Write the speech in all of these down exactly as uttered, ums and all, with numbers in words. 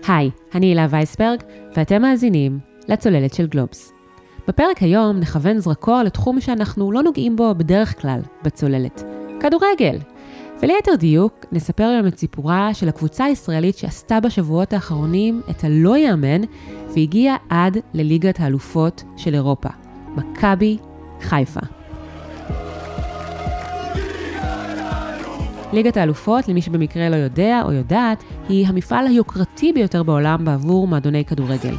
היי, אני הילה וייסברג, ואתם מאזינים לצוללת של גלובס. בפרק היום נכוון זרקור לתחום שאנחנו לא נוגעים בו בדרך כלל בצוללת, כדורגל. וליתר דיוק, נספר היום את סיפורה של הקבוצה הישראלית שעשתה בשבועות האחרונים את הלא יאמן, והגיעה עד לליגת האלופות של אירופה, מכבי חיפה. ליגת האלופות, למי שבמקרה לא יודע או יודעת, היא המפעל היוקרתי ביותר בעולם בעבור מועדוני כדורגל.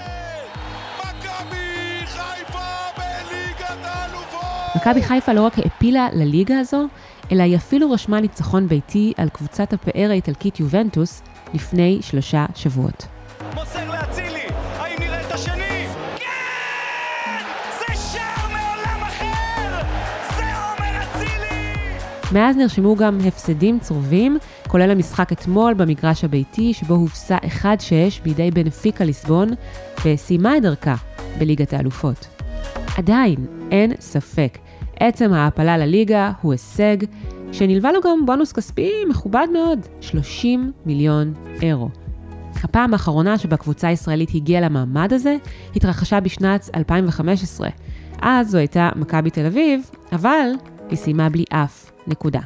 מכבי חיפה לא רק העפילה לליגה הזו, אלא היא אפילו רשמה ניצחון ביתי על קבוצת הפאר האיטלקית יובנטוס לפני שלושה שבועות. מוסר להצילי, האם נראה את השני? כן! זה שער מעולם אחר! זה עומר אצילי! מאז נרשמו גם הפסדים צרובים, כולל המשחק אתמול במגרש הביתי, שבו הופסה אחד שש בידי בנפיקה ליסבון, וסיימה את דרכה בליגת האלופות. עדיין, אין ספק. עצם ההעפלה לליגה הוא הישג, שנלווה לו גם בונוס כספי מכובד מאוד, שלושים מיליון אירו. הפעם האחרונה שבה קבוצה ישראלית הגיעה למעמד הזה, התרחשה בשנת אלפיים וחמש עשרה. אז זו הייתה מכבי תל אביב, אבל היא סיימה בלי אף נקודה.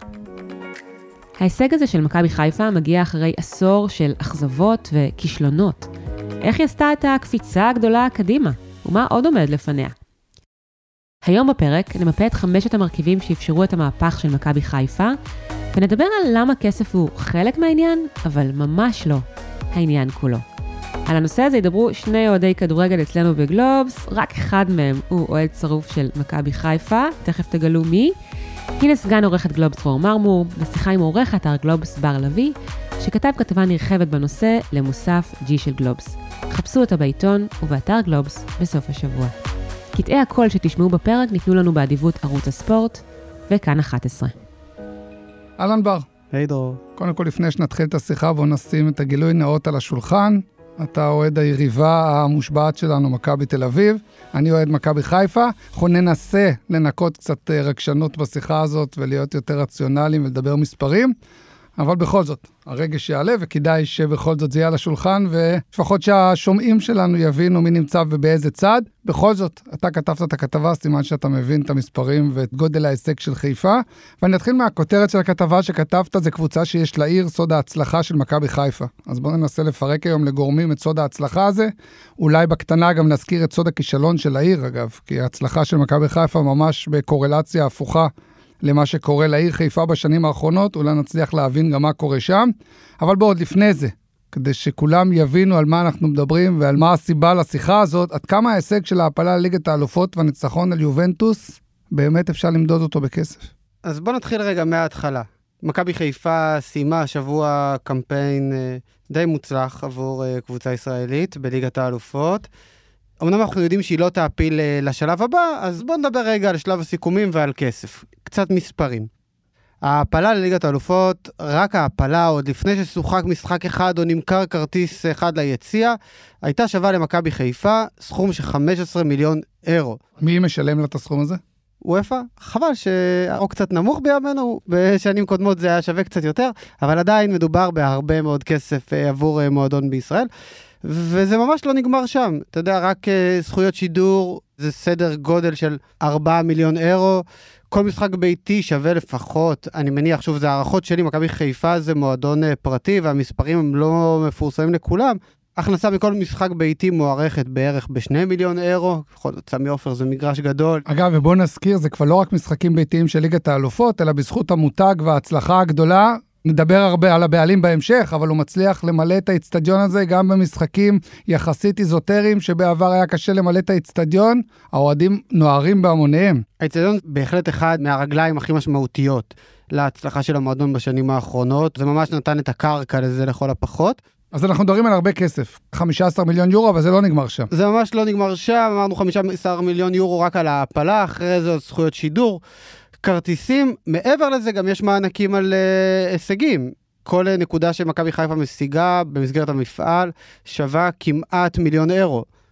ההישג הזה של מכבי חיפה מגיע אחרי עשור של אכזבות וכישלונות. איך היא עשתה את הקפיצה הגדולה קדימה? ומה עוד עומד לפניה? היום בפרק נמפה את חמשת המרכיבים שאפשרו את המהפך של מכבי חיפה, ונדבר על למה כסף הוא חלק מהעניין, אבל ממש לא העניין כולו. על הנושא הזה ידברו שני אוהדי כדורגל אצלנו בגלובס, רק אחד מהם הוא אוהד צרוף של מכבי חיפה, תכף תגלו מי. הנה סגן עורכת גלובס דרור מרמור, בשיחה עם עורכת אתר גלובס בר לוי, שכתב כתבה נרחבת בנושא למוסף G של גלובס. חפשו אותה בעיתון ובאתר גלובס בסוף השבוע. קטעי הקול שתשמעו בפרק ניתנו לנו באדיבות ערוץ הספורט, וכאן אחת עשרה. אלן בר. היי דרור. קודם כל, לפני שנתחיל את השיחה, בואו נשים את הגילוי נאות על השולחן. אתה אוהד היריבה המושבעת שלנו, מכבי תל אביב. אני אוהד מכבי חיפה. אנחנו ננסה לנקות קצת רגשנות בשיחה הזאת, ולהיות יותר רציונליים ולדבר מספרים. אבל בכל זאת, הרגש יעלה, וכדאי שבכל זאת זה יהיה על השולחן, ולפחות שהשומעים שלנו יבינו מי נמצא ובאיזה צד. בכל זאת, אתה כתבת את הכתבה, סימן שאתה מבין את המספרים ואת גודל ההישג של חיפה. ואני אתחיל מהכותרת של הכתבה שכתבת, זה קבוצה שיש לעיר סוד ההצלחה של מכבי חיפה. אז בואו ננסה לפרק היום לגורמים את סוד ההצלחה הזה. אולי בקטנה גם נזכיר את סוד הכישלון של העיר, אגב, כי ההצלחה של מכבי חיפה ממש בקורלציה הפוכה למה שקורה לעיר חיפה בשנים האחרונות, אולי נצליח להבין גם מה קורה שם, אבל בעוד לפני זה, כדי שכולם יבינו על מה אנחנו מדברים ועל מה הסיבה לשיחה הזאת, עד כמה ההישג של ההעפלה לליגת האלופות והניצחון על יובנטוס, באמת אפשר למדוד אותו בכסף. אז בוא נתחיל רגע מההתחלה. מכבי חיפה סיימה השבוע קמפיין די מוצלח עבור קבוצה ישראלית בליגת האלופות. אמנם אנחנו יודעים שהיא לא תעפיל לשלב הבא, אז בוא נדבר רגע על שלב הסיכומים ועל כסף. קצת מספרים. ההעפלה לליגת האלופות, רק ההעפלה, עוד לפני ששוחק משחק אחד או נמכר כרטיס אחד ליציע, הייתה שווה למכבי חיפה סכום של חמישה עשר מיליון אירו. מי משלם לה את הסכום הזה? וופא, חבל שהוא קצת נמוך בימינו, בשנים קודמות זה היה שווה קצת יותר, אבל עדיין מדובר בהרבה מאוד כסף עבור מועדון בישראל. וזה ממש לא נגמר שם. אתה יודע, רק uh, זכויות שידור זה סדר גודל של ארבעה מיליון אירו. כל משחק ביתי שווה לפחות, אני מניח, שוב, זה הערכות שלי, מכבי חיפה זה מועדון uh, פרטי, והמספרים הם לא מפורסמים לכולם. הכנסה מכל משחק ביתי מוערכת בערך בשני מיליון אירו. בכל זאת, סמי עופר זה מגרש גדול. אגב, ובוא נזכיר, זה כבר לא רק משחקים ביתיים של ליגת האלופות, אלא בזכות המותג וההצלחה הגדולה, נדבר הרבה על הבעלים בהמשך, אבל הוא מצליח למלא את האצטדיון הזה גם במשחקים יחסית איזוטריים, שבעבר היה קשה למלא את האצטדיון, האוהדים נוערים בהמוניהם. האצטדיון בהחלט אחד מהרגליים הכי משמעותיות להצלחה של המועדון בשנים האחרונות, זה ממש נתן את הקרקע לזה לכל הפחות. אז אנחנו מדברים על הרבה כסף, חמישה עשר מיליון יורו, אבל זה לא נגמר שם. זה ממש לא נגמר שם, אמרנו חמישה עשר מיליון יורו רק על ההעפלה, אחרי זה זכויות שידור. כרטיסים, מעבר לזה גם יש מענקים על uh, הישגים. כל נקודה שמכבי חיפה משיגה במסגרת המפעל שווה כמעט מיליון אירו.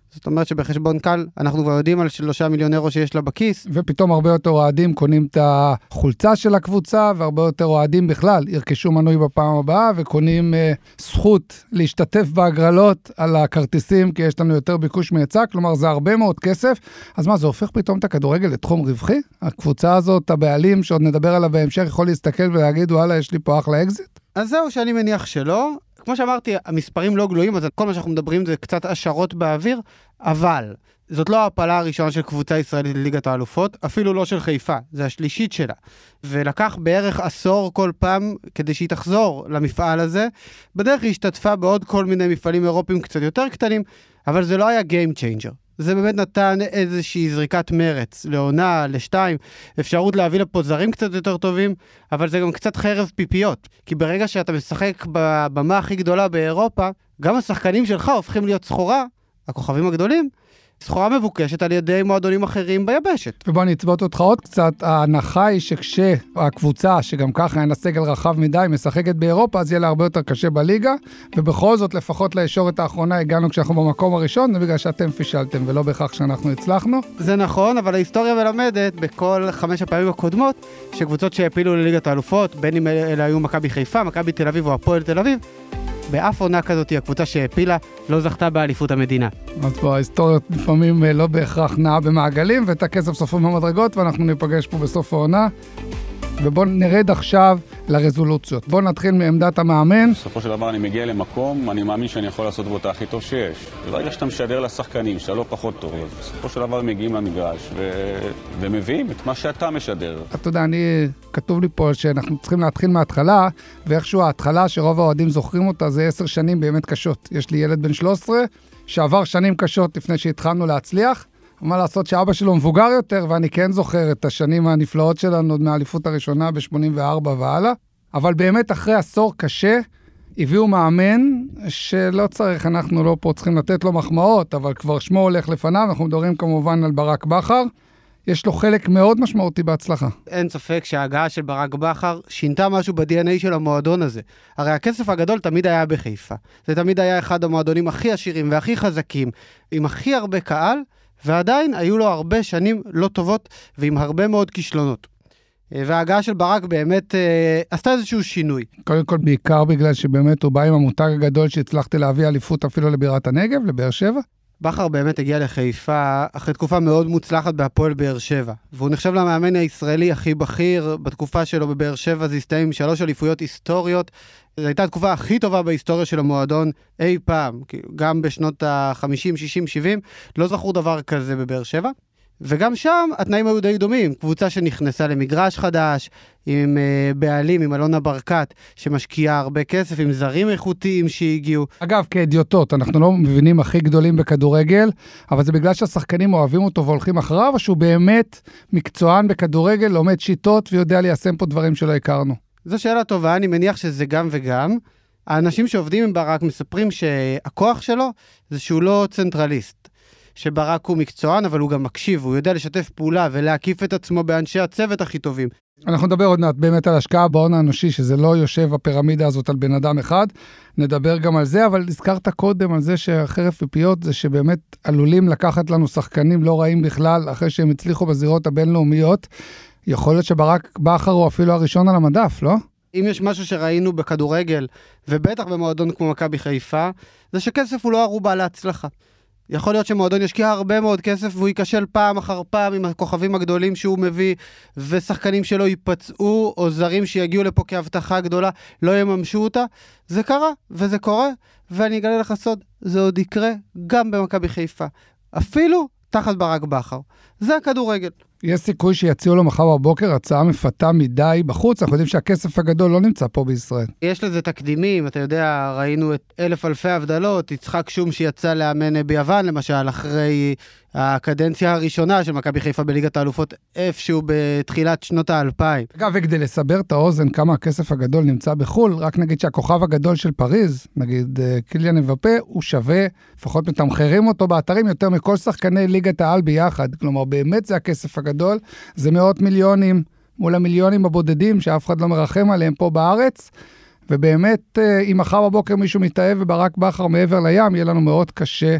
זאת אומרת שבחשבון קל אנחנו כבר יודעים על שלושה מיליון אירו שיש לה בכיס. ופתאום הרבה יותר אוהדים קונים את החולצה של הקבוצה, והרבה יותר אוהדים בכלל ירכשו מנוי בפעם הבאה, וקונים אה, זכות להשתתף בהגרלות על הכרטיסים, כי יש לנו יותר ביקוש מהיצע, כלומר זה הרבה מאוד כסף. אז מה, זה הופך פתאום את הכדורגל לתחום רווחי? הקבוצה הזאת, הבעלים, שעוד נדבר עליו בהמשך, יכול להסתכל ולהגיד, וואלה, יש לי פה אחלה אקזיט? אז זהו שאני מניח שלא. כמו שאמרתי, המספרים לא גלויים, אז כל מה שאנחנו מדברים זה קצת השערות באוויר, אבל זאת לא ההפלה הראשונה של קבוצה ישראלית לליגת האלופות, אפילו לא של חיפה, זה השלישית שלה. ולקח בערך עשור כל פעם כדי שהיא תחזור למפעל הזה. בדרך היא השתתפה בעוד כל מיני מפעלים אירופיים קצת יותר קטנים, אבל זה לא היה game changer. זה באמת נתן איזושהי זריקת מרץ, לעונה, לשתיים, אפשרות להביא לפה זרים קצת יותר טובים, אבל זה גם קצת חרב פיפיות, כי ברגע שאתה משחק בבמה הכי גדולה באירופה, גם השחקנים שלך הופכים להיות סחורה, הכוכבים הגדולים, סחורה מבוקשת על ידי מועדונים אחרים ביבשת. ובוא נצבות אותך עוד קצת, ההנחה היא שכשהקבוצה, שגם ככה אין הסגל רחב מדי, משחקת באירופה, אז יהיה לה הרבה יותר קשה בליגה, ובכל זאת, לפחות לישורת האחרונה, הגענו כשאנחנו במקום הראשון, זה בגלל שאתם פישלתם, ולא בכך שאנחנו הצלחנו. זה נכון, אבל ההיסטוריה מלמדת, בכל חמש הפעמים הקודמות, שקבוצות שהפילו לליגת האלופות, בין אם אלה היו מכבי חיפה, מכבי תל אביב או הפועל תל אביב, באף עונה כזאת היא הקבוצה שהפילה לא זכתה באליפות המדינה. אז פה ההיסטוריות לפעמים לא בהכרח נעה במעגלים, ואת הכסף סופרים במדרגות, ואנחנו ניפגש פה בסוף העונה. ובואו נרד עכשיו לרזולוציות. בואו נתחיל מעמדת המאמן. בסופו של דבר אני מגיע למקום, אני מאמין שאני יכול לעשות בו את הכי טוב שיש. ברגע שאתה משדר לשחקנים, שאתה לא פחות טוב, אז בסופו של דבר מגיעים למגרש ו... ומביאים את מה שאתה משדר. אתה יודע, אני, כתוב לי פה שאנחנו צריכים להתחיל מההתחלה, ואיכשהו ההתחלה שרוב האוהדים זוכרים אותה, זה עשר שנים באמת קשות. יש לי ילד בן שלוש עשרה, שעבר שנים קשות לפני שהתחלנו להצליח, מה לעשות שאבא שלו מבוגר יותר, ואני כן זוכר את השנים הנפלאות שלנו עוד מהאליפות הראשונה ב-שמונים וארבע והלאה, אבל באמת אחרי עשור קשה, הביאו מאמן שלא צריך, אנחנו לא פה צריכים לתת לו מחמאות, אבל כבר שמו הולך לפניו, אנחנו מדברים כמובן על ברק בכר, יש לו חלק מאוד משמעותי בהצלחה. אין ספק שההגעה של ברק בכר שינתה משהו ב-די אן איי של המועדון הזה. הרי הכסף הגדול תמיד היה בחיפה. זה תמיד היה אחד המועדונים הכי עשירים והכי חזקים, עם הכי הרבה קהל, ועדיין היו לו הרבה שנים לא טובות ועם הרבה מאוד כישלונות. וההגעה של ברק באמת אה, עשתה איזשהו שינוי. קודם כל בעיקר בגלל שבאמת הוא בא עם המותג הגדול שהצלחתי להביא אליפות אפילו לבירת הנגב, לבאר שבע. בכר באמת הגיע לחיפה אחרי תקופה מאוד מוצלחת בהפועל באר שבע, והוא נחשב למאמן הישראלי הכי בכיר. בתקופה שלו בבאר שבע זה הסתיים עם שלוש אליפויות היסטוריות. זו הייתה התקופה הכי טובה בהיסטוריה של המועדון אי פעם, גם בשנות ה-חמישים, שישים, שבעים, לא זכור דבר כזה בבאר שבע. וגם שם התנאים היו די דומים, קבוצה שנכנסה למגרש חדש, עם uh, בעלים, עם אלונה ברקת, שמשקיעה הרבה כסף, עם זרים איכותיים שהגיעו. אגב, כאדיוטות, אנחנו לא מבינים הכי גדולים בכדורגל, אבל זה בגלל שהשחקנים אוהבים אותו והולכים אחריו, או שהוא באמת מקצוען בכדורגל, לומד שיטות ויודע ליישם פה דברים שלא הכרנו. זו שאלה טובה, אני מניח שזה גם וגם. האנשים שעובדים עם ברק מספרים שהכוח שלו זה שהוא לא צנטרליסט. שברק הוא מקצוען, אבל הוא גם מקשיב, הוא יודע לשתף פעולה ולהקיף את עצמו באנשי הצוות הכי טובים. אנחנו נדבר עוד מעט באמת על השקעה בהון האנושי, שזה לא יושב הפירמידה הזאת על בן אדם אחד, נדבר גם על זה, אבל הזכרת קודם על זה שהחרף ופיות זה שבאמת עלולים לקחת לנו שחקנים לא רעים בכלל, אחרי שהם הצליחו בזירות הבינלאומיות, יכול להיות שברק בכר הוא אפילו הראשון על המדף, לא? אם יש משהו שראינו בכדורגל, ובטח במועדון כמו מכבי חיפה, זה שכסף הוא לא ערובה להצלחה. יכול להיות שמועדון ישקיע הרבה מאוד כסף, והוא ייכשל פעם אחר פעם עם הכוכבים הגדולים שהוא מביא, ושחקנים שלו ייפצעו, או זרים שיגיעו לפה כהבטחה גדולה, לא יממשו אותה. זה קרה, וזה קורה, ואני אגלה לך סוד, זה עוד יקרה גם במכבי חיפה. אפילו תחת ברק בכר. זה הכדורגל. יש סיכוי שיציעו לו מחר בבוקר הצעה מפתה מדי בחוץ, אנחנו יודעים שהכסף הגדול לא נמצא פה בישראל. יש לזה תקדימים, אתה יודע, ראינו את אלף אלפי הבדלות, יצחק שום שיצא לאמן ביוון, למשל, אחרי הקדנציה הראשונה של מכבי חיפה בליגת האלופות, איפשהו בתחילת שנות האלפיים. אגב, וכדי לסבר את האוזן כמה הכסף הגדול נמצא בחול, רק נגיד שהכוכב הגדול של פריז, נגיד קיליאן אמבפה, הוא שווה, לפחות מתמחרים אותו באתרים יותר מכל שחקני ליגת העל ביחד, כלומר באמת זה הכסף הגדול, זה מאות מיליונים מול המיליונים הבודדים שאף אחד לא מרחם עליהם פה בארץ, ובאמת אם מחר בבוקר מישהו מתאהב וברק בכר מעבר לים, יהיה לנו מאוד קשה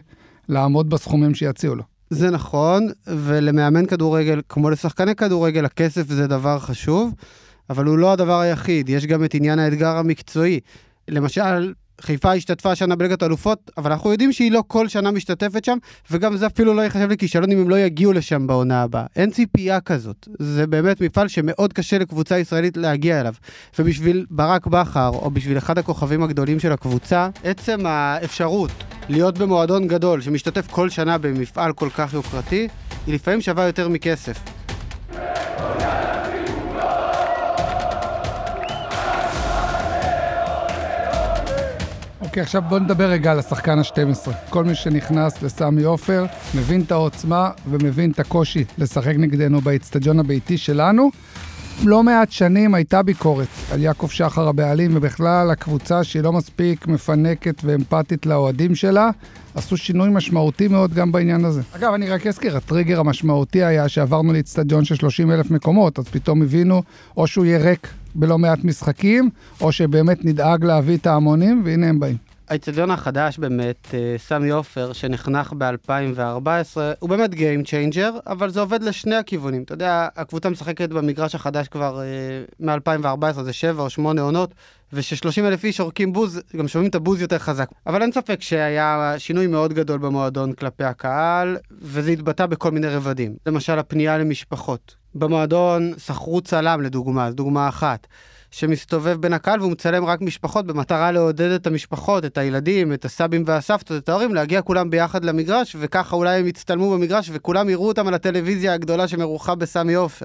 לעמוד בסכומים שיציעו לו. זה נכון, ולמאמן כדורגל, כמו לשחקני כדורגל, הכסף זה דבר חשוב, אבל הוא לא הדבר היחיד, יש גם את עניין האתגר המקצועי. למשל, חיפה השתתפה שנה בליגת האלופות, אבל אנחנו יודעים שהיא לא כל שנה משתתפת שם, וגם זה אפילו לא יחשב לכישלון אם הם לא יגיעו לשם בעונה הבאה. אין ציפייה כזאת. זה באמת מפעל שמאוד קשה לקבוצה ישראלית להגיע אליו. ובשביל ברק בכר, או בשביל אחד הכוכבים הגדולים של הקבוצה, עצם האפשרות להיות במועדון גדול, שמשתתף כל שנה במפעל כל כך יוקרתי, היא לפעמים שווה יותר מכסף. אוקיי, עכשיו בוא נדבר רגע על השחקן ה-שתים עשרה. כל מי שנכנס לסמי עופר, מבין את העוצמה ומבין את הקושי לשחק נגדנו באצטדיון הביתי שלנו. לא מעט שנים הייתה ביקורת על יעקב שחר הבעלים, ובכלל הקבוצה שהיא לא מספיק מפנקת ואמפתית לאוהדים שלה, עשו שינוי משמעותי מאוד גם בעניין הזה. אגב, אני רק אזכיר, הטריגר המשמעותי היה שעברנו לאצטדיון של שלושים אלף מקומות, אז פתאום הבינו או שהוא יהיה ריק בלא מעט משחקים, או שבאמת נדאג להביא את ההמונים, והנה הם באים. האצטדיון החדש באמת, סמי עופר, שנחנך ב-אלפיים וארבע עשרה, הוא באמת Game Changer, אבל זה עובד לשני הכיוונים. אתה יודע, הקבוצה משחקת במגרש החדש כבר מ-אלפיים וארבע עשרה, זה שבע או שמונה עונות, וש-שלושים אלף איש שורקים בוז, גם שומעים את הבוז יותר חזק. אבל אין ספק שהיה שינוי מאוד גדול במועדון כלפי הקהל, וזה התבטא בכל מיני רבדים. למשל, הפנייה למשפחות. במועדון שכרו צלם לדוגמה, זו דוגמה אחת. שמסתובב בין הקהל והוא מצלם רק משפחות במטרה לעודד את המשפחות, את הילדים, את הסבים והסבתות, את ההורים, להגיע כולם ביחד למגרש, וככה אולי הם יצטלמו במגרש וכולם יראו אותם על הטלוויזיה הגדולה שמרוחה בסמי עופר.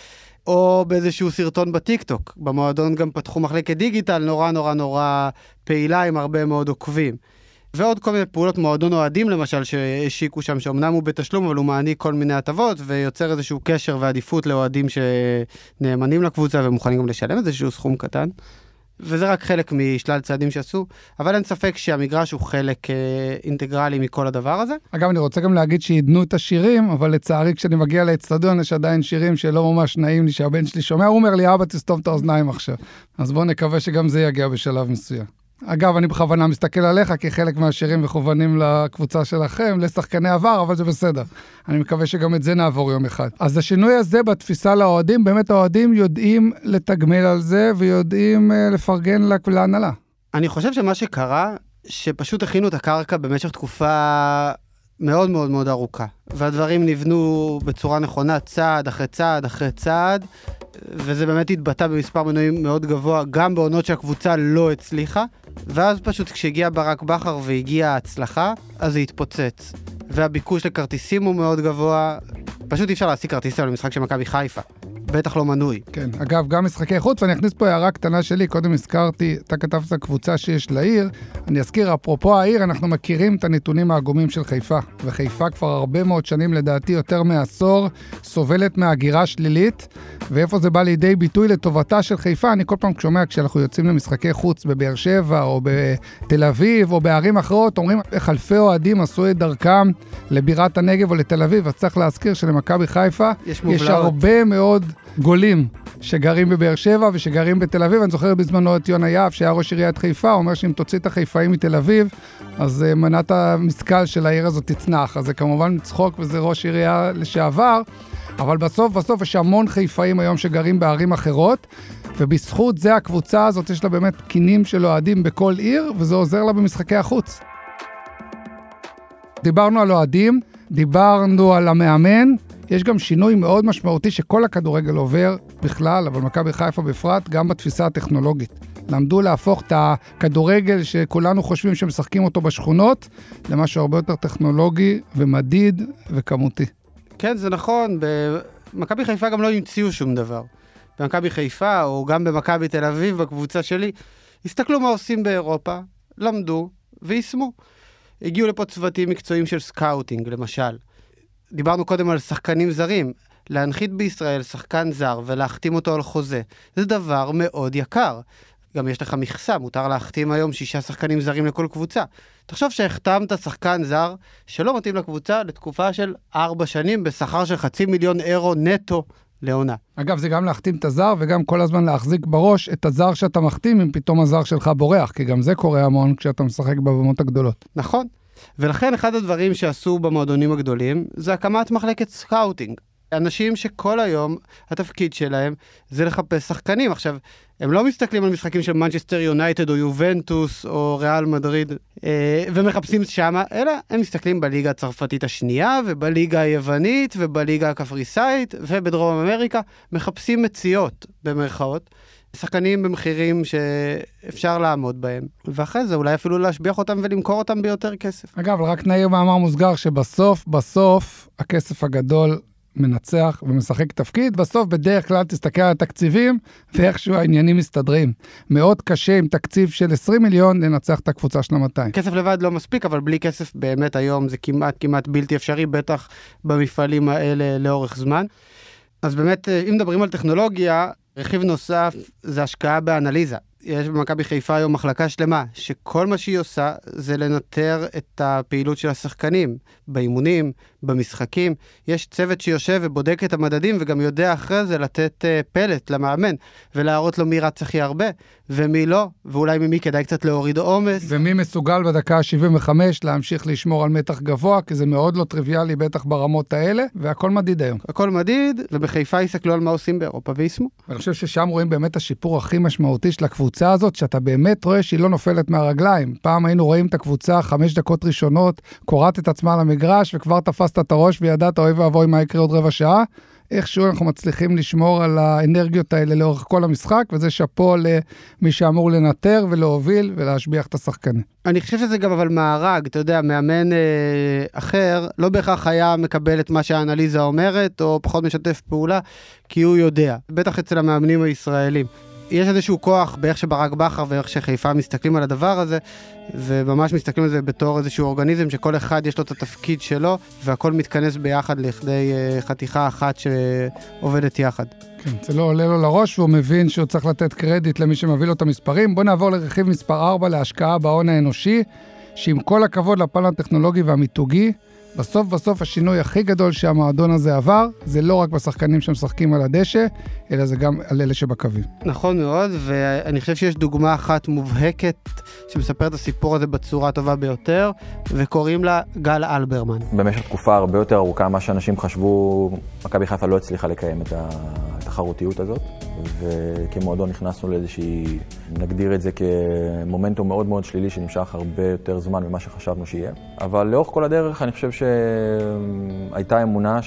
או באיזשהו סרטון בטיקטוק. במועדון גם פתחו מחלקת דיגיטל נורא נורא נורא פעילה עם הרבה מאוד עוקבים. ועוד כל מיני פעולות, מועדון אוהדים למשל שהשיקו שם, שאומנם הוא בתשלום, אבל הוא מעניק כל מיני הטבות, ויוצר איזשהו קשר ועדיפות לאוהדים שנאמנים לקבוצה, ומוכנים גם לשלם איזשהו סכום קטן. וזה רק חלק משלל צעדים שעשו, אבל אין ספק שהמגרש הוא חלק אה, אינטגרלי מכל הדבר הזה. אגב, אני רוצה גם להגיד שידנו את השירים, אבל לצערי כשאני מגיע לאצטדיון יש עדיין שירים שלא ממש נעים לי, שהבן שלי שומע, הוא אומר לי, אבא תסתום את האוזניים עכשיו. אז בואו נקווה שגם זה יגיע בשלב מסוים. אגב, אני בכוונה מסתכל עליך, כי חלק מהשירים מכוונים לקבוצה שלכם, לשחקני עבר, אבל זה בסדר. אני מקווה שגם את זה נעבור יום אחד. אז השינוי הזה בתפיסה לאוהדים, באמת האוהדים יודעים לתגמל על זה, ויודעים לפרגן להנהלה. אני חושב שמה שקרה, שפשוט הכינו את הקרקע במשך תקופה מאוד מאוד מאוד ארוכה. והדברים נבנו בצורה נכונה, צעד אחרי צעד אחרי צעד, וזה באמת התבטא במספר מנויים מאוד גבוה, גם בעונות שהקבוצה לא הצליחה, ואז פשוט כשהגיע ברק בכר והגיעה ההצלחה, אז זה התפוצץ. והביקוש לכרטיסים הוא מאוד גבוה, פשוט אי אפשר להשיג כרטיסים למשחק של מכבי חיפה. בטח לא מנוי. כן, אגב, גם משחקי חוץ, ואני אכניס פה הערה קטנה שלי, קודם הזכרתי, אתה כתבת הקבוצה שיש לעיר, אני אזכיר, אפרופו העיר, אנחנו מכירים את הנתונים העגומים של חיפה, וחיפה כבר הרבה מאוד שנים, לדעתי יותר מעשור, סובלת מהגירה שלילית, ואיפה זה בא לידי ביטוי לטובתה של חיפה, אני כל פעם שומע, כשאנחנו יוצאים למשחקי חוץ בבאר שבע, או בתל אביב, או בערים אחרות, אומרים, איך אלפי אוהדים עשו את דרכם לבירת הנגב או לתל אביב, אז צריך להזכיר שלמכבי חיפה יש, יש הרבה מאוד גולים שגרים בבאר שבע ושגרים בתל אביב. אני זוכר בזמנו את יונה יהב, שהיה ראש עיריית חיפה, אומר שאם תוציא את החיפאים מתל אביב, אז מנת המשכל של העיר הזאת תצנח. אז זה כמובן צחוק וזה ראש עירייה לשעבר, אבל בסוף בסוף יש המון חיפאים היום שגרים בערים אחרות, ובזכות זה הקבוצה הזאת יש לה באמת קינים של אוהדים בכל עיר, וזה עוזר לה במשחקי החוץ. דיברנו על אוהדים, דיברנו על המאמן, יש גם שינוי מאוד משמעותי שכל הכדורגל עובר בכלל, אבל מכבי חיפה בפרט, גם בתפיסה הטכנולוגית. למדו להפוך את הכדורגל שכולנו חושבים שמשחקים אותו בשכונות, למשהו הרבה יותר טכנולוגי ומדיד וכמותי. כן, זה נכון. במכבי חיפה גם לא המציאו שום דבר. במכבי חיפה, או גם במכבי תל אביב, בקבוצה שלי, הסתכלו מה עושים באירופה, למדו ויישמו. הגיעו לפה צוותים מקצועיים של סקאוטינג, למשל. דיברנו קודם על שחקנים זרים. להנחית בישראל שחקן זר ולהחתים אותו על חוזה, זה דבר מאוד יקר. גם יש לך מכסה, מותר להחתים היום שישה שחקנים זרים לכל קבוצה. תחשוב שהחתמת שחקן זר שלא מתאים לקבוצה לתקופה של ארבע שנים בשכר של חצי מיליון אירו נטו לעונה. אגב, זה גם להחתים את הזר וגם כל הזמן להחזיק בראש את הזר שאתה מחתים אם פתאום הזר שלך בורח, כי גם זה קורה המון כשאתה משחק בבמות הגדולות. נכון. ולכן אחד הדברים שעשו במועדונים הגדולים, זה הקמת מחלקת סקאוטינג. אנשים שכל היום התפקיד שלהם זה לחפש שחקנים. עכשיו, הם לא מסתכלים על משחקים של מנצ'סטר יונייטד או יובנטוס או ריאל מדריד אה, ומחפשים שמה, אלא הם מסתכלים בליגה הצרפתית השנייה ובליגה היוונית ובליגה הקפריסאית ובדרום אמריקה, מחפשים מציאות במרכאות, שחקנים במחירים שאפשר לעמוד בהם, ואחרי זה אולי אפילו להשביח אותם ולמכור אותם ביותר כסף. אגב, רק נעיר מאמר מוסגר שבסוף, בסוף, הכסף הגדול מנצח ומשחק תפקיד, בסוף בדרך כלל תסתכל על התקציבים ואיכשהו העניינים מסתדרים. מאוד קשה עם תקציב של עשרים מיליון לנצח את הקבוצה של מאתיים. כסף לבד לא מספיק, אבל בלי כסף באמת היום זה כמעט כמעט בלתי אפשרי, בטח במפעלים האלה לאורך זמן. אז באמת, אם מדברים על טכנולוגיה, רכיב נוסף זה השקעה באנליזה. יש במכבי חיפה היום מחלקה שלמה, שכל מה שהיא עושה זה לנטר את הפעילות של השחקנים, באימונים, במשחקים. יש צוות שיושב ובודק את המדדים, וגם יודע אחרי זה לתת uh, פלט למאמן, ולהראות לו מי רץ הכי הרבה, ומי לא, ואולי ממי כדאי קצת להוריד עומס. ומי מסוגל בדקה שבעים וחמש להמשיך לשמור על מתח גבוה, כי זה מאוד לא טריוויאלי בטח ברמות האלה, והכל מדיד היום. הכל מדיד, ובחיפה יסתכלו על מה עושים באירופה ויסמו. ואני חושב ששם רואים באמת השיפור הכי משמעותי של הקבוצה הזאת, שאתה באמת רואה שהיא לא נופלת מהרגליים. פעם היינו רואים את הקבוצה חמש דקות ראשונות, קוראת את עצמה למגרש, וכבר תפסת את הראש וידעת אוי ואבוי מה יקרה עוד רבע שעה. איכשהו אנחנו מצליחים לשמור על האנרגיות האלה לאורך כל המשחק, וזה שפו למי שאמור לנטר ולהוביל ולהשביח את השחקנים. אני חושב שזה גם אבל מארג, אתה יודע, מאמן אה, אחר, לא בהכרח היה מקבל את מה שהאנליזה אומרת, או פחות משתף פעולה, כי הוא יודע, בטח אצל המאמנים הישראלים. יש איזשהו כוח באיך שברק בכר ואיך שחיפה מסתכלים על הדבר הזה, וממש מסתכלים על זה בתור איזשהו אורגניזם שכל אחד יש לו את התפקיד שלו, והכל מתכנס ביחד לכדי חתיכה אחת שעובדת יחד. כן, זה לא עולה לו לראש, והוא מבין שהוא צריך לתת קרדיט למי שמביא לו את המספרים. בוא נעבור לרכיב מספר ארבע, להשקעה בהון האנושי, שעם כל הכבוד לפן הטכנולוגי והמיתוגי, בסוף בסוף השינוי הכי גדול שהמועדון הזה עבר, זה לא רק בשחקנים שמשחקים על הדשא, אלא זה גם על אלה שבקווים. נכון מאוד, ואני חושב שיש דוגמה אחת מובהקת שמספר את הסיפור הזה בצורה הטובה ביותר, וקוראים לה גל אלברמן. במשך תקופה הרבה יותר ארוכה, מה שאנשים חשבו, מכבי חיפה לא הצליחה לקיים את התחרותיות הזאת, וכמועדון נכנסנו לאיזושהי, נגדיר את זה כמומנטום מאוד מאוד שלילי שנמשך הרבה יותר זמן ממה שחשבנו שיהיה. אבל לאורך כל הדרך אני חושב שהייתה אמונה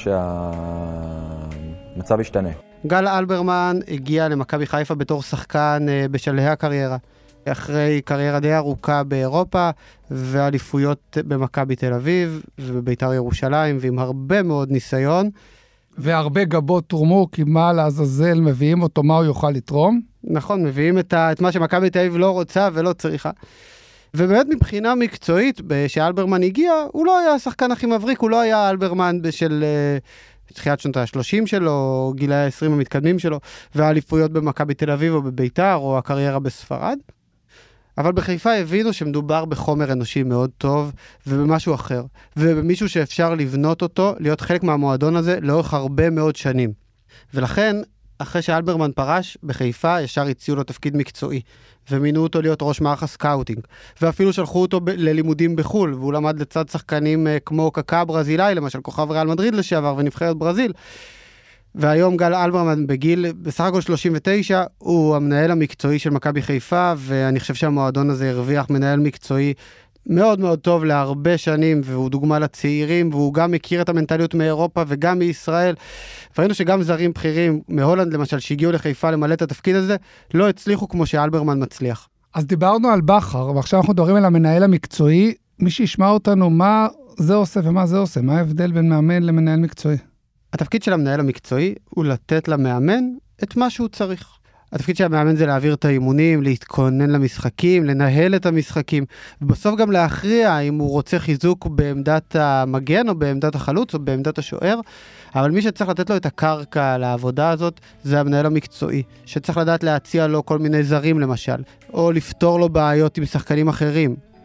שהמצב ישתנה. גל אלברמן הגיע למכבי חיפה בתור שחקן בשלהי הקריירה, אחרי קריירה די ארוכה באירופה, ואליפויות במכבי תל אביב ובבית"ר ירושלים, ועם הרבה מאוד ניסיון. והרבה גבות תורמו, כי מה לעזאזל מביאים אותו, מה הוא יוכל לתרום? נכון, מביאים את, ה, את מה שמכבי תל אביב לא רוצה ולא צריכה. ובאמת מבחינה מקצועית, כשאלברמן הגיע, הוא לא היה השחקן הכי מבריק, הוא לא היה אלברמן של תחילת שנות ה-שלושים שלו, גילאי ה-עשרים המתקדמים שלו, והאליפויות במכבי תל אביב או בבית"ר, או הקריירה בספרד. אבל בחיפה הבינו שמדובר בחומר אנושי מאוד טוב, ובמשהו אחר, ובמישהו שאפשר לבנות אותו, להיות חלק מהמועדון הזה, לאורך הרבה מאוד שנים. ולכן, אחרי שאלברמן פרש, בחיפה ישר הציעו לו תפקיד מקצועי, ומינו אותו להיות ראש מערך הסקאוטינג, ואפילו שלחו אותו ב- ללימודים בחול, והוא למד לצד שחקנים uh, כמו קקה ברזילאי, למשל כוכב ריאל מדריד לשעבר ונבחרת ברזיל. והיום גל אלברמן בגיל, בסך הכל שלושים ותשע, הוא המנהל המקצועי של מכבי חיפה, ואני חושב שהמועדון הזה הרוויח מנהל מקצועי מאוד מאוד טוב להרבה שנים, והוא דוגמה לצעירים, והוא גם מכיר את המנטליות מאירופה וגם מישראל. ראינו שגם זרים בכירים מהולנד למשל, שהגיעו לחיפה למלא את התפקיד הזה, לא הצליחו כמו שאלברמן מצליח. אז דיברנו על בכר, ועכשיו אנחנו מדברים על המנהל המקצועי. מי שישמע אותנו, מה זה עושה ומה זה עושה? מה ההבדל בין מאמן למנהל מקצועי? התפקיד של המנהל המקצועי הוא לתת למאמן את מה שהוא צריך. התפקיד של המאמן זה להעביר את האימונים, להתכונן למשחקים, לנהל את המשחקים, ובסוף גם להכריע אם הוא רוצה חיזוק בעמדת המגן או בעמדת החלוץ או בעמדת השוער, אבל מי שצריך לתת לו את הקרקע לעבודה הזאת זה המנהל המקצועי, שצריך לדעת להציע לו כל מיני זרים למשל, או לפתור לו בעיות עם שחקנים אחרים.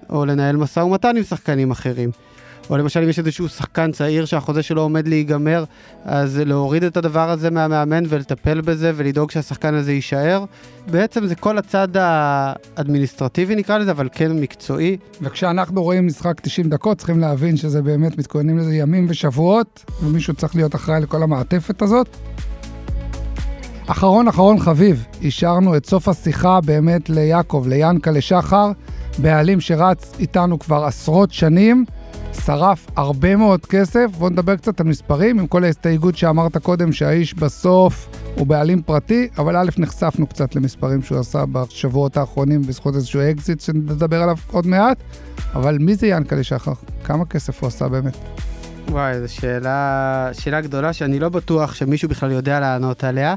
או לנהל משא ומתן עם שחקנים אחרים. או למשל אם יש איזשהו שחקן צעיר שהחוזה שלו עומד להיגמר, אז להוריד את הדבר הזה מהמאמן ולטפל בזה ולדאוג שהשחקן הזה יישאר. בעצם זה כל הצד האדמיניסטרטיבי נקרא לזה, אבל כן מקצועי. וכשאנחנו רואים משחק תשעים דקות, צריכים להבין שזה באמת מתכוננים לזה ימים ושבועות, ומישהו צריך להיות אחראי לכל המעטפת הזאת. אחרון אחרון חביב, אישרנו את סוף השיחה באמת ליעקב, ליענקה, לשחר, בעלים שרץ איתנו כבר עשרות שנים, שרף הרבה מאוד כסף. בואו נדבר קצת על מספרים, עם כל ההסתייגות שאמרת קודם שהאיש בסוף הוא בעלים פרטי, אבל א' נחשפנו קצת למספרים שהוא עשה בשבועות האחרונים בזכות איזשהו אקזיט שנדבר עליו עוד מעט, אבל מי זה יענקה לשחר? כמה כסף הוא עשה באמת? וואי, זו שאלה, שאלה גדולה שאני לא בטוח שמישהו בכלל יודע לענות עליה.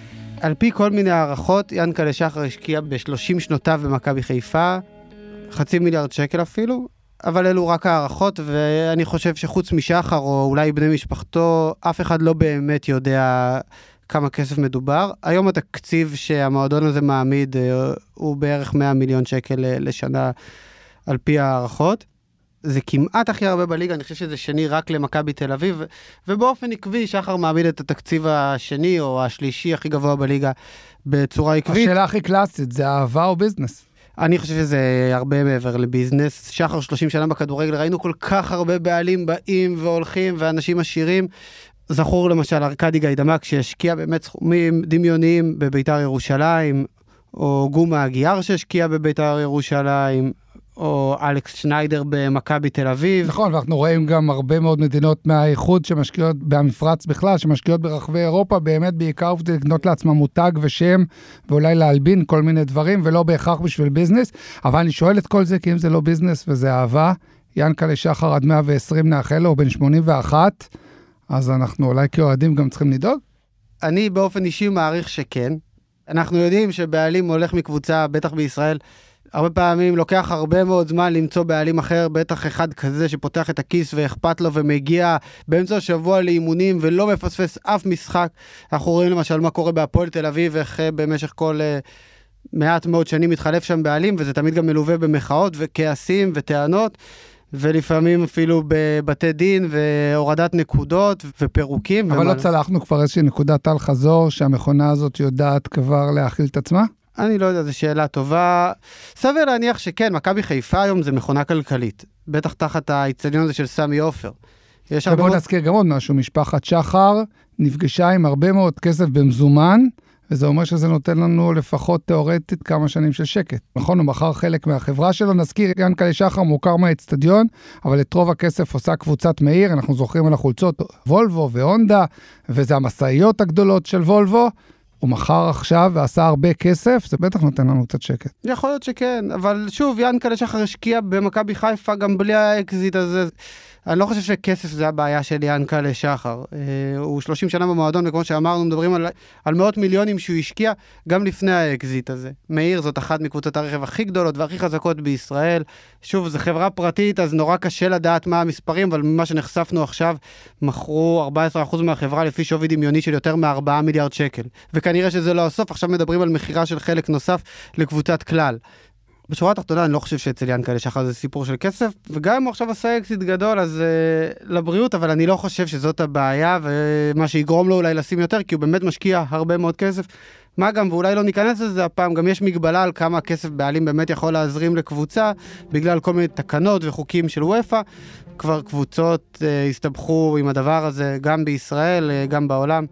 על פי כל מיני הערכות, יענקה לשחר השקיע ב-שלושים שנותיו במכבי חיפה, חצי מיליארד שקל אפילו, אבל אלו רק הערכות, ואני חושב שחוץ משחר, או אולי בני משפחתו, אף אחד לא באמת יודע כמה כסף מדובר. היום התקציב שהמועדון הזה מעמיד הוא בערך מאה מיליון שקל לשנה על פי הערכות. זה כמעט הכי הרבה בליגה, אני חושב שזה שני רק למכבי תל אביב, ובאופן עקבי שחר מעמיד את התקציב השני או השלישי הכי גבוה בליגה בצורה עקבית. השאלה הכי קלאסית, זה אהבה או ביזנס? אני חושב שזה הרבה מעבר לביזנס. שחר שלושים שנה בכדורגל, ראינו כל כך הרבה בעלים באים והולכים ואנשים עשירים. זכור למשל ארקדי גיידמק שהשקיע באמת סכומים דמיוניים בביתר ירושלים, או גומה אגיאר שהשקיע בביתר ירושלים, או אלכס שניידר במכבי תל אביב. נכון, ואנחנו רואים גם הרבה מאוד מדינות מהאיחוד שמשקיעות במפרץ בכלל, שמשקיעות ברחבי אירופה, באמת בעיקר כדי לקנות לעצמם מותג ושם, ואולי להלבין כל מיני דברים, ולא בהכרח בשביל ביזנס. אבל אני שואל את כל זה, כי אם זה לא ביזנס וזה אהבה, יענקה לשחר עד מאה ועשרים נאחל לו, הוא בן שמונים ואחת, אז אנחנו אולי כאוהדים גם צריכים לדאוג? אני באופן אישי מעריך שכן. אנחנו יודעים שבעלים הולך מקבוצה, בטח בישראל, הרבה פעמים לוקח הרבה מאוד זמן למצוא בעלים אחר, בטח אחד כזה שפותח את הכיס ואכפת לו ומגיע באמצע השבוע לאימונים ולא מפספס אף משחק. אנחנו רואים למשל מה קורה בהפועל תל אביב, איך במשך כל uh, מעט מאוד שנים מתחלף שם בעלים, וזה תמיד גם מלווה במחאות וכעסים וטענות, ולפעמים אפילו בבתי דין והורדת נקודות ופירוקים. אבל ומה... לא צלחנו כבר איזושהי נקודת על חזור שהמכונה הזאת יודעת כבר להכיל את עצמה? אני לא יודע, זו שאלה טובה. סביר להניח שכן, מכבי חיפה היום זה מכונה כלכלית. בטח תחת האיצטדיון הזה של סמי עופר. ובוא מאוד... נזכיר גם עוד משהו, משפחת שחר נפגשה עם הרבה מאוד כסף במזומן, וזה אומר שזה נותן לנו לפחות תיאורטית כמה שנים של שקט. נכון, הוא מכר חלק מהחברה שלו, נזכיר, יענקה לשחר מוכר מהאיצטדיון, אבל את רוב הכסף עושה קבוצת מאיר, אנחנו זוכרים על החולצות וולבו והונדה, וזה המשאיות הגדולות של וולבו, הוא מכר עכשיו ועשה הרבה כסף, זה בטח נותן לנו קצת שקט. יכול להיות שכן, אבל שוב, יענקה לשחר השקיע במכבי חיפה גם בלי האקזיט הזה. אני לא חושב שכסף זה הבעיה של יענקה לשחר. הוא שלושים שנה במועדון, וכמו שאמרנו, מדברים על, על מאות מיליונים שהוא השקיע גם לפני האקזיט הזה. מאיר זאת אחת מקבוצות הרכב הכי גדולות והכי חזקות בישראל. שוב, זו חברה פרטית, אז נורא קשה לדעת מה המספרים, אבל ממה שנחשפנו עכשיו, מכרו ארבעה עשר אחוז מהחברה לפי שווי דמיוני של יותר מ-ארבעה מיליארד שקל. וכנראה שזה לא הסוף, עכשיו מדברים על מחירה של חלק נוסף לקבוצת כלל. בשורה התחתונה, אני לא חושב שאצל יענקה לשחר זה סיפור של כסף, וגם אם הוא עכשיו עשה אקזיט גדול, אז uh, לבריאות, אבל אני לא חושב שזאת הבעיה, ומה שיגרום לו אולי לשים יותר, כי הוא באמת משקיע הרבה מאוד כסף. מה גם, ואולי לא ניכנס לזה הפעם, גם יש מגבלה על כמה כסף בעלים באמת יכול להזרים לקבוצה, בגלל כל מיני תקנות וחוקים של וופא. כבר קבוצות uh, הסתבכו עם הדבר הזה, גם בישראל, uh, גם בעולם.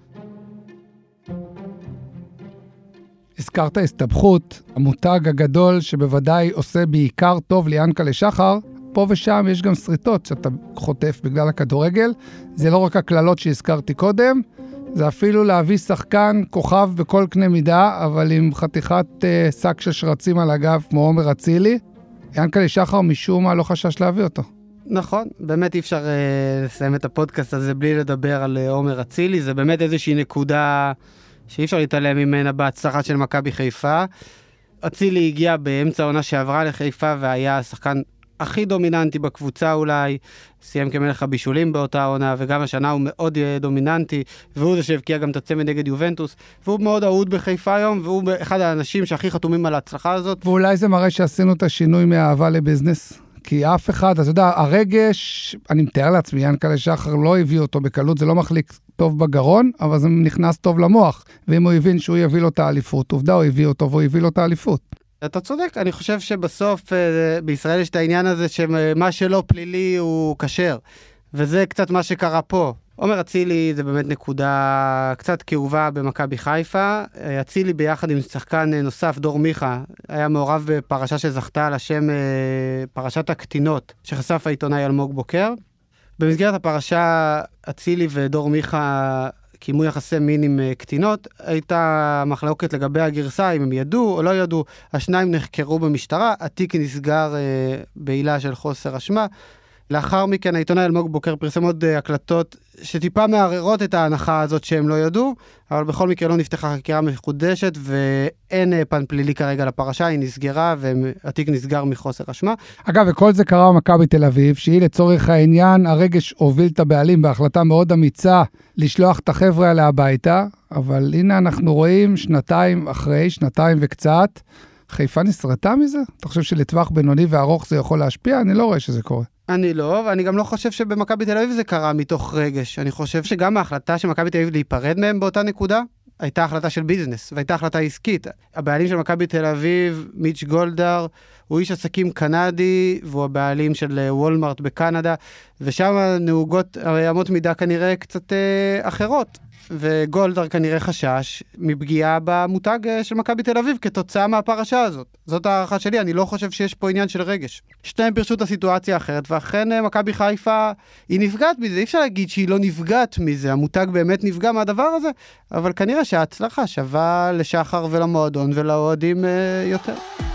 הזכרת הסתבכות, המותג הגדול שבוודאי עושה בעיקר טוב ליענקה לשחר, פה ושם יש גם שריטות שאתה חוטף בגלל הכדורגל, זה לא רק הכללות שהזכרתי קודם, זה אפילו להביא שחקן כוכב בכל קנה מידה, אבל עם חתיכת uh, שק של שרצים על הגב כמו עומר אצילי, יענקה לשחר משום מה לא חשש להביא אותו. נכון, באמת אי אפשר uh, לסיים את הפודקאסט הזה בלי לדבר על uh, עומר אצילי, זה באמת איזושהי נקודה שאי אפשר להתעלם ממנה בהצלחה של מכבי חיפה. אצילי הגיע באמצע העונה שעברה לחיפה והיה השחקן הכי דומיננטי בקבוצה אולי, סיים כמלך הבישולים באותה עונה, וגם השנה הוא מאוד דומיננטי, והוא זה שהבקיע גם את הצמד נגד יובנטוס, והוא מאוד אהוד בחיפה היום, והוא אחד האנשים שהכי חתומים על ההצלחה הזאת. ואולי זה מראה שעשינו את השינוי מהאהבה לביזנס, כי אף אחד, אתה יודע, הרגש, אני מתאר לעצמי, ינקלה שחר לא הביא אותו בקלות, זה לא מחליק טוב בגרון, אבל זה נכנס טוב למוח, ואם הוא הבין שהוא יביא לו את האליפות, עובדה, הוא הביא אותו והוא הביא לו את האליפות. אתה צודק, אני חושב שבסוף בישראל יש את העניין הזה שמה שלא פלילי הוא כשר, וזה קצת מה שקרה פה. עומר אצילי זה באמת נקודה קצת כאובה במכבי חיפה. אצילי ביחד עם שחקן נוסף, דור מיכה, היה מעורב בפרשה שזכתה על השם פרשת הקטינות, שחשף העיתונאי אלמוג בוקר. במסגרת הפרשה, אצילי ודור מיכה קיימו יחסי מין עם קטינות. הייתה מחלוקת לגבי הגרסה, אם הם ידעו או לא ידעו. השניים נחקרו במשטרה, התיק נסגר בעילה של חוסר אשמה. לאחר מכן העיתונאי אלמוג בוקר פרסם עוד הקלטות שטיפה מערערות את ההנחה הזאת שהם לא ידעו, אבל בכל מקרה לא נפתחה חקירה מחודשת ואין פן פלילי כרגע לפרשה, היא נסגרה והתיק נסגר מחוסר אשמה. אגב, וכל זה קרה במכבי תל אביב, שהיא לצורך העניין, הרגש הוביל את הבעלים בהחלטה מאוד אמיצה לשלוח את החבר'ה האלה הביתה, אבל הנה אנחנו רואים שנתיים אחרי, שנתיים וקצת, חיפה נסרטה מזה? אתה חושב שלטווח בינוני וארוך זה יכול להשפיע? אני לא רואה שזה קורה. אני לא, ואני גם לא חושב שבמכבי תל אביב זה קרה מתוך רגש. אני חושב שגם ההחלטה של מכבי תל אביב להיפרד מהם באותה נקודה, הייתה החלטה של ביזנס, והייתה החלטה עסקית. הבעלים של מכבי תל אביב, מיץ' גולדהר, הוא איש עסקים קנדי, והוא הבעלים של וולמארט בקנדה, ושם נהוגות אמות מידה כנראה קצת אה, אחרות. וגולדהר כנראה חשש מפגיעה במותג של מכבי תל אביב כתוצאה מהפרשה הזאת. זאת הערכה שלי, אני לא חושב שיש פה עניין של רגש. שתיים פירשו את הסיטואציה אחרת, ואכן מכבי חיפה היא נפגעת מזה. אי אפשר להגיד שהיא לא נפגעת מזה, המותג באמת נפגע מהדבר הזה, אבל כנראה שההצלחה שווה לשחר ולמועדון ולאוהדים אה, יותר.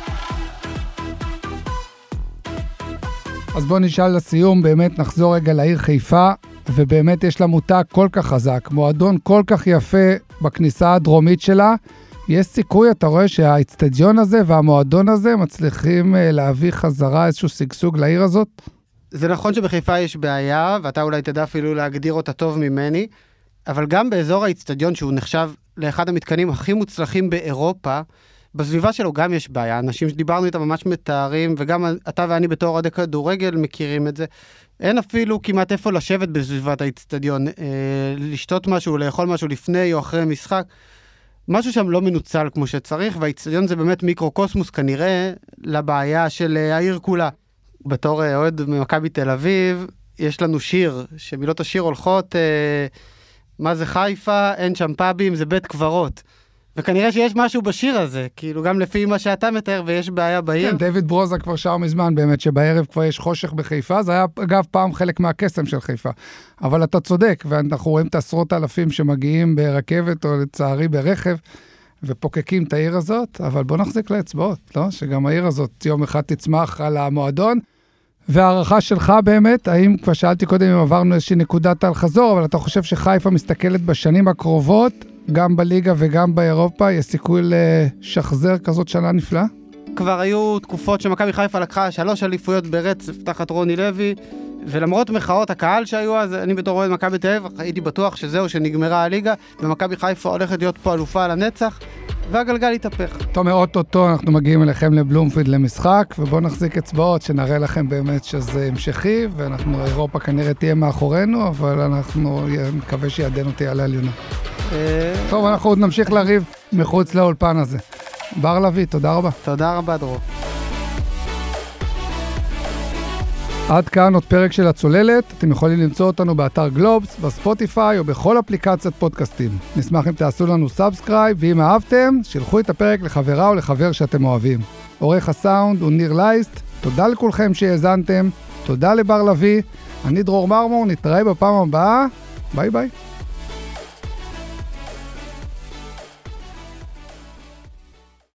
אז בוא נשאל לסיום, באמת נחזור רגע לעיר חיפה, ובאמת יש לה מותג כל כך חזק, מועדון כל כך יפה בכניסה הדרומית שלה. יש סיכוי, אתה רואה שהאצטדיון הזה והמועדון הזה מצליחים להביא חזרה איזשהו סגסוג לעיר הזאת? זה נכון שבחיפה יש בעיה, ואתה אולי תדע אפילו להגדיר אותה טוב ממני, אבל גם באזור האצטדיון שהוא נחשב לאחד המתקנים הכי מוצלחים באירופה, בסביבה שלו גם יש בעיה. אנשים שדיברנו איתם ממש מתארים, וגם אתה ואני בתור אוהדי כדורגל מכירים את זה. אין אפילו כמעט איפה לשבת בסביבת האצטדיון, אה, לשתות משהו, לאכול משהו לפני או אחרי משחק. משהו שם לא מנוצל כמו שצריך, והאצטדיון זה באמת מיקרוקוסמוס כנראה לבעיה של העיר כולה. בתור אוהד ממכבי תל אביב, יש לנו שיר, שמילות השיר הולכות, אה, מה זה חיפה, אין שם פאבים, זה בית קברות. וכנראה שיש משהו בשיר הזה, כאילו גם לפי מה שאתה מתאר ויש בעיה בעיר. כן, דיוויד ברוזה כבר שר מזמן באמת, שבערב כבר יש חושך בחיפה, זה היה אגב פעם חלק מהקסם של חיפה. אבל אתה צודק, ואנחנו רואים את עשרות אלפים שמגיעים ברכבת או לצערי ברכב, ופוקקים את העיר הזאת, אבל בוא נחזיק לאצבעות, לא? שגם העיר הזאת יום אחד תצמח על המועדון, והערכה שלך באמת, האם כבר שאלתי קודם אם עברנו איזושהי נקודת על חזור, אבל אתה חושב שחיפה מסתכלת בשנים הקרובות, גם בליגה וגם באירופה, יש סיכוי לשחזר כזאת שנה נפלאה? כבר היו תקופות שמכבי חיפה לקחה שלוש אליפויות ברצף תחת רוני לוי, ולמרות מחאות הקהל שהיו אז, אני בתור אוהד מכבי תל אביב, הייתי בטוח שזהו, שנגמרה הליגה, ומכבי חיפה הולכת להיות פה אלופה לנצח, והגלגל יתהפך. תומר, אוטוטו, אנחנו מגיעים אליכם לבלומפילד למשחק, ובואו נחזיק אצבעות שנראה לכם באמת שזה המשכי, ואנחנו, אירופה כנראה תהיה מאחורינו, אבל אנחנו מקווה שידנו תהיה על העליונה. טוב, אנחנו עוד נמשיך לריב מחוץ לאולפן הזה. בר לוי, תודה רבה. תודה רבה, דרור. עד כאן עוד פרק של הצוללת. אתם יכולים למצוא אותנו באתר גלובס, בספוטיפיי או בכל אפליקציית פודקאסטים. נשמח אם תעשו לנו סאבסקרייב, ואם אהבתם, שילחו את הפרק לחברה או לחבר שאתם אוהבים. עורך הסאונד הוא ניר לייסט. תודה לכולכם שהאזנתם. תודה לבר לוי. אני דרור מרמור, נתראה בפעם הבאה. ביי ביי.